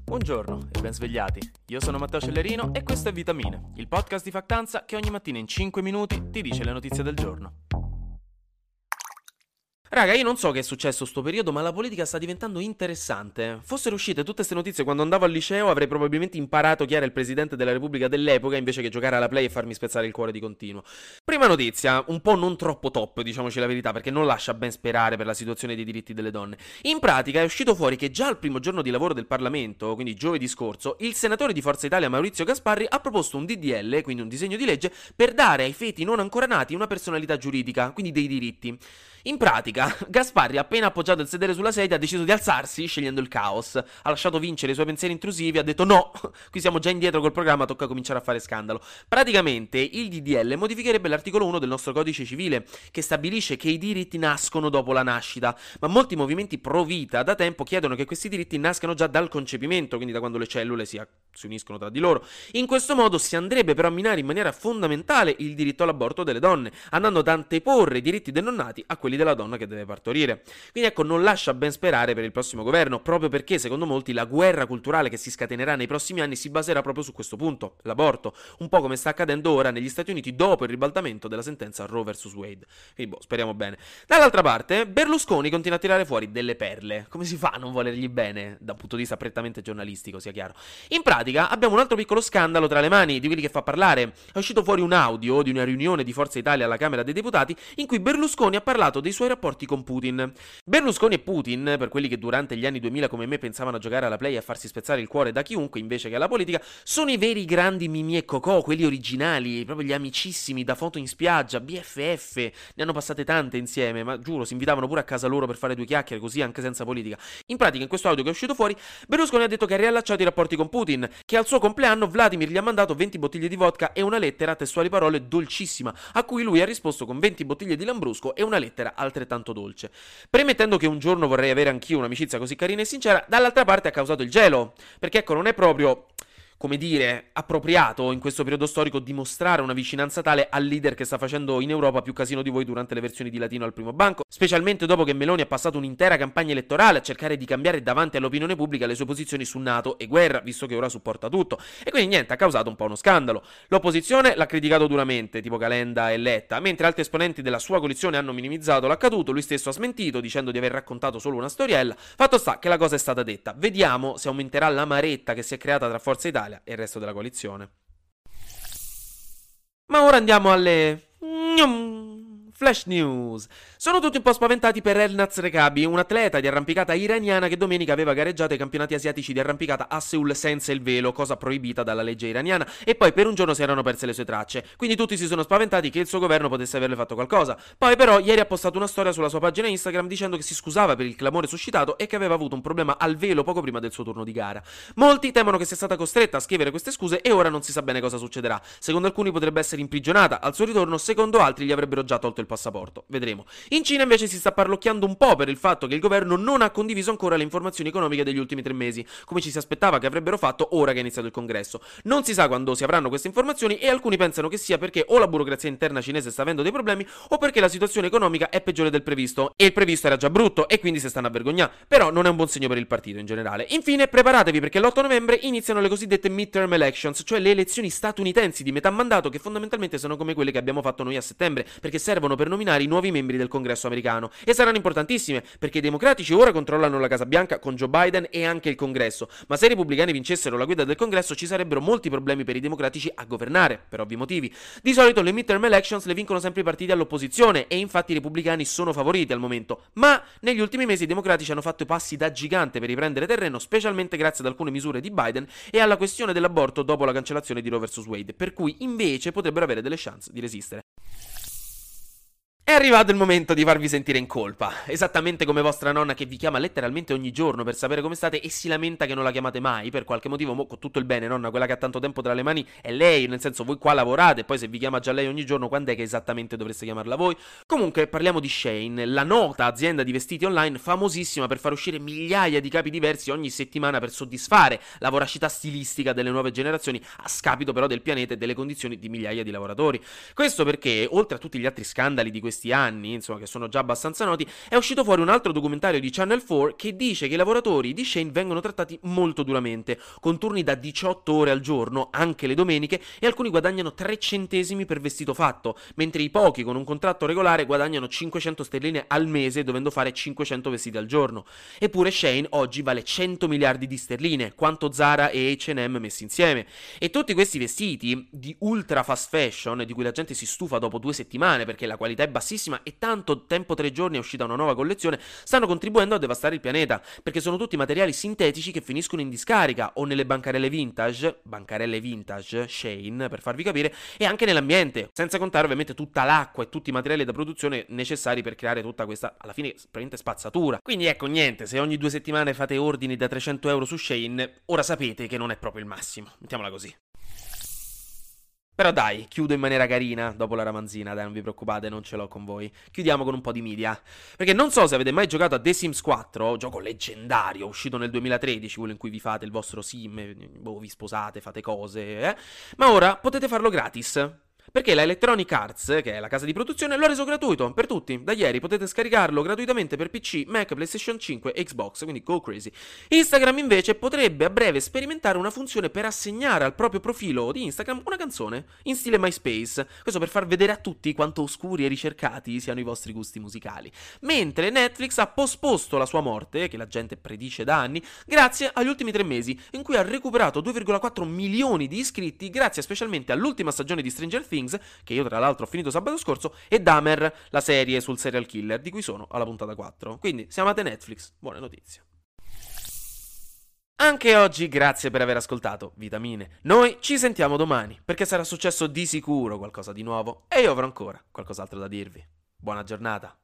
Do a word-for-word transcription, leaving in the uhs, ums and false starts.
Buongiorno e ben svegliati, io sono Matteo Cellerino e questo è Vitamine, il podcast di Factanza che ogni mattina in cinque minuti ti dice le notizie del giorno. Raga, io non so che è successo sto periodo, ma la politica sta diventando interessante. Fossero uscite tutte queste notizie quando andavo al liceo, avrei probabilmente imparato chi era il presidente della Repubblica dell'epoca invece che giocare alla play e farmi spezzare il cuore di continuo. Prima notizia, un po' non troppo top, diciamoci la verità, perché non lascia ben sperare per la situazione dei diritti delle donne. In pratica è uscito fuori che già al primo giorno di lavoro del Parlamento, quindi giovedì scorso, il senatore di Forza Italia Maurizio Gasparri ha proposto un D D L, quindi un disegno di legge, per dare ai feti non ancora nati una personalità giuridica, quindi dei diritti. In pratica, Gasparri, appena appoggiato il sedere sulla sedia, ha deciso di alzarsi scegliendo il caos. Ha lasciato vincere i suoi pensieri intrusivi, ha detto no, qui siamo già indietro col programma, tocca cominciare a fare scandalo. Praticamente il D D L modificherebbe l'articolo uno del nostro codice civile, che stabilisce che i diritti nascono dopo la nascita, ma molti movimenti pro vita da tempo chiedono che questi diritti nascano già dal concepimento, quindi da quando le cellule si, si uniscono tra di loro. In questo modo si andrebbe però a minare in maniera fondamentale il diritto all'aborto delle donne, andando ad anteporre i diritti dei non nati a quelli della donna che deve partorire. Quindi ecco, non lascia ben sperare per il prossimo governo, proprio perché secondo molti la guerra culturale che si scatenerà nei prossimi anni si baserà proprio su questo punto, l'aborto, un po' come sta accadendo ora negli Stati Uniti dopo il ribaltamento della sentenza Roe versus Wade. Quindi boh, speriamo bene. Dall'altra parte, Berlusconi continua a tirare fuori delle perle. Come si fa a non volergli bene da un punto di vista prettamente giornalistico, sia chiaro? In pratica abbiamo un altro piccolo scandalo tra le mani di quelli che fa parlare. È uscito fuori un audio di una riunione di Forza Italia alla Camera dei Deputati in cui Berlusconi ha parlato dei suoi rapporti con Putin. Berlusconi e Putin, per quelli che durante gli anni duemila come me pensavano a giocare alla play e a farsi spezzare il cuore da chiunque invece che alla politica, sono i veri grandi Mimì e Cocò, quelli originali, proprio gli amicissimi da foto in spiaggia, B F F, ne hanno passate tante insieme, ma giuro, si invitavano pure a casa loro per fare due chiacchiere così anche senza politica. In pratica in questo audio che è uscito fuori, Berlusconi ha detto che ha riallacciato i rapporti con Putin, che al suo compleanno Vladimir gli ha mandato venti bottiglie di vodka e una lettera, testuali parole, dolcissima, a cui lui ha risposto con venti bottiglie di Lambrusco e una lettera altrettanto dolce. Premettendo che un giorno vorrei avere anch'io un'amicizia così carina e sincera, dall'altra parte ha causato il gelo, perché ecco, non è proprio, come dire, appropriato in questo periodo storico dimostrare una vicinanza tale al leader che sta facendo in Europa più casino di voi durante le versioni di latino al primo banco, specialmente dopo che Meloni ha passato un'intera campagna elettorale a cercare di cambiare davanti all'opinione pubblica le sue posizioni su NATO e guerra, visto che ora supporta tutto, e quindi niente, ha causato un po' uno scandalo. L'opposizione l'ha criticato duramente, tipo Calenda e Letta, mentre altri esponenti della sua coalizione hanno minimizzato l'accaduto, lui stesso ha smentito dicendo di aver raccontato solo una storiella. Fatto sta che la cosa è stata detta, vediamo se aumenterà l'amaretta che si è creata tra Forza Italia e il resto della coalizione. Ma ora andiamo alle flash news. Sono tutti un po' spaventati per Elnaz Rekabi, un atleta di arrampicata iraniana che domenica aveva gareggiato ai campionati asiatici di arrampicata a Seul senza il velo, cosa proibita dalla legge iraniana, e poi per un giorno si erano perse le sue tracce. Quindi tutti si sono spaventati che il suo governo potesse averle fatto qualcosa. Poi però ieri ha postato una storia sulla sua pagina Instagram dicendo che si scusava per il clamore suscitato e che aveva avuto un problema al velo poco prima del suo turno di gara. Molti temono che sia stata costretta a scrivere queste scuse e ora non si sa bene cosa succederà. Secondo alcuni potrebbe essere imprigionata al suo ritorno, secondo altri gli avrebbero già tolto il passaporto. Vedremo. In Cina invece si sta parlocchiando un po' per il fatto che il governo non ha condiviso ancora le informazioni economiche degli ultimi tre mesi, come ci si aspettava che avrebbero fatto ora che è iniziato il congresso. Non si sa quando si avranno queste informazioni e alcuni pensano che sia perché o la burocrazia interna cinese sta avendo dei problemi o perché la situazione economica è peggiore del previsto e il previsto era già brutto e quindi si stanno a vergognare. Però non è un buon segno per il partito in generale. Infine, preparatevi perché l'otto novembre iniziano le cosiddette midterm elections, cioè le elezioni statunitensi di metà mandato che fondamentalmente sono come quelle che abbiamo fatto noi a settembre, perché servono per nominare i nuovi membri del congresso americano e saranno importantissime perché i democratici ora controllano la Casa Bianca con Joe Biden e anche il congresso, ma se i repubblicani vincessero la guida del congresso ci sarebbero molti problemi per i democratici a governare, per ovvi motivi. Di solito le midterm elections le vincono sempre i partiti all'opposizione e infatti i repubblicani sono favoriti al momento, ma negli ultimi mesi i democratici hanno fatto passi da gigante per riprendere terreno, specialmente grazie ad alcune misure di Biden e alla questione dell'aborto dopo la cancellazione di Roe versus Wade, per cui invece potrebbero avere delle chance di resistere. È arrivato il momento di farvi sentire in colpa, esattamente come vostra nonna che vi chiama letteralmente ogni giorno per sapere come state e si lamenta che non la chiamate mai, per qualche motivo, mo, con tutto il bene, nonna, quella che ha tanto tempo tra le mani è lei, nel senso voi qua lavorate, e poi se vi chiama già lei ogni giorno, quando è che esattamente dovreste chiamarla voi? Comunque, parliamo di Shein, la nota azienda di vestiti online famosissima per far uscire migliaia di capi diversi ogni settimana per soddisfare la voracità stilistica delle nuove generazioni, a scapito però del pianeta e delle condizioni di migliaia di lavoratori. Questo perché, oltre a tutti gli altri scandali di questi questi anni, insomma, che sono già abbastanza noti, è uscito fuori un altro documentario di Channel quattro che dice che i lavoratori di Shein vengono trattati molto duramente, con turni da diciotto ore al giorno, anche le domeniche, e alcuni guadagnano tre centesimi per vestito fatto, mentre i pochi con un contratto regolare guadagnano cinquecento sterline al mese, dovendo fare cinquecento vestiti al giorno. Eppure Shein oggi vale cento miliardi di sterline, quanto Zara e acca e emme messi insieme. E tutti questi vestiti di ultra fast fashion, di cui la gente si stufa dopo due settimane perché la qualità è bassissima e tanto tempo tre giorni è uscita una nuova collezione, stanno contribuendo a devastare il pianeta, perché sono tutti materiali sintetici che finiscono in discarica o nelle bancarelle vintage, bancarelle vintage, Shein per farvi capire, e anche nell'ambiente, senza contare ovviamente tutta l'acqua e tutti i materiali da produzione necessari per creare tutta questa, alla fine, praticamente spazzatura. Quindi ecco, niente, se ogni due settimane fate ordini da trecento euro su Shein, ora sapete che non è proprio il massimo, mettiamola così. Però dai, chiudo in maniera carina, dopo la ramanzina, dai, non vi preoccupate, non ce l'ho con voi. Chiudiamo con un po' di media. Perché non so se avete mai giocato a The Sims quattro, gioco leggendario, uscito nel duemilatredici, quello in cui vi fate il vostro sim, boh, vi sposate, fate cose, eh? Ma ora potete farlo gratis. Perché la Electronic Arts, che è la casa di produzione, lo ha reso gratuito per tutti. Da ieri potete scaricarlo gratuitamente per P C, Mac, PlayStation cinque e Xbox, quindi go crazy. Instagram invece potrebbe a breve sperimentare una funzione per assegnare al proprio profilo di Instagram una canzone, in stile MySpace. Questo per far vedere a tutti quanto oscuri e ricercati siano i vostri gusti musicali. Mentre Netflix ha posposto la sua morte, che la gente predice da anni, grazie agli ultimi tre mesi, in cui ha recuperato due virgola quattro milioni di iscritti grazie specialmente all'ultima stagione di Stranger Things, che io tra l'altro ho finito sabato scorso, e Dahmer, la serie sul serial killer, di cui sono alla puntata quattro. Quindi, se amate Netflix, buone notizie. Anche oggi grazie per aver ascoltato Vitamine. Noi ci sentiamo domani, perché sarà successo di sicuro qualcosa di nuovo e io avrò ancora qualcos'altro da dirvi. Buona giornata.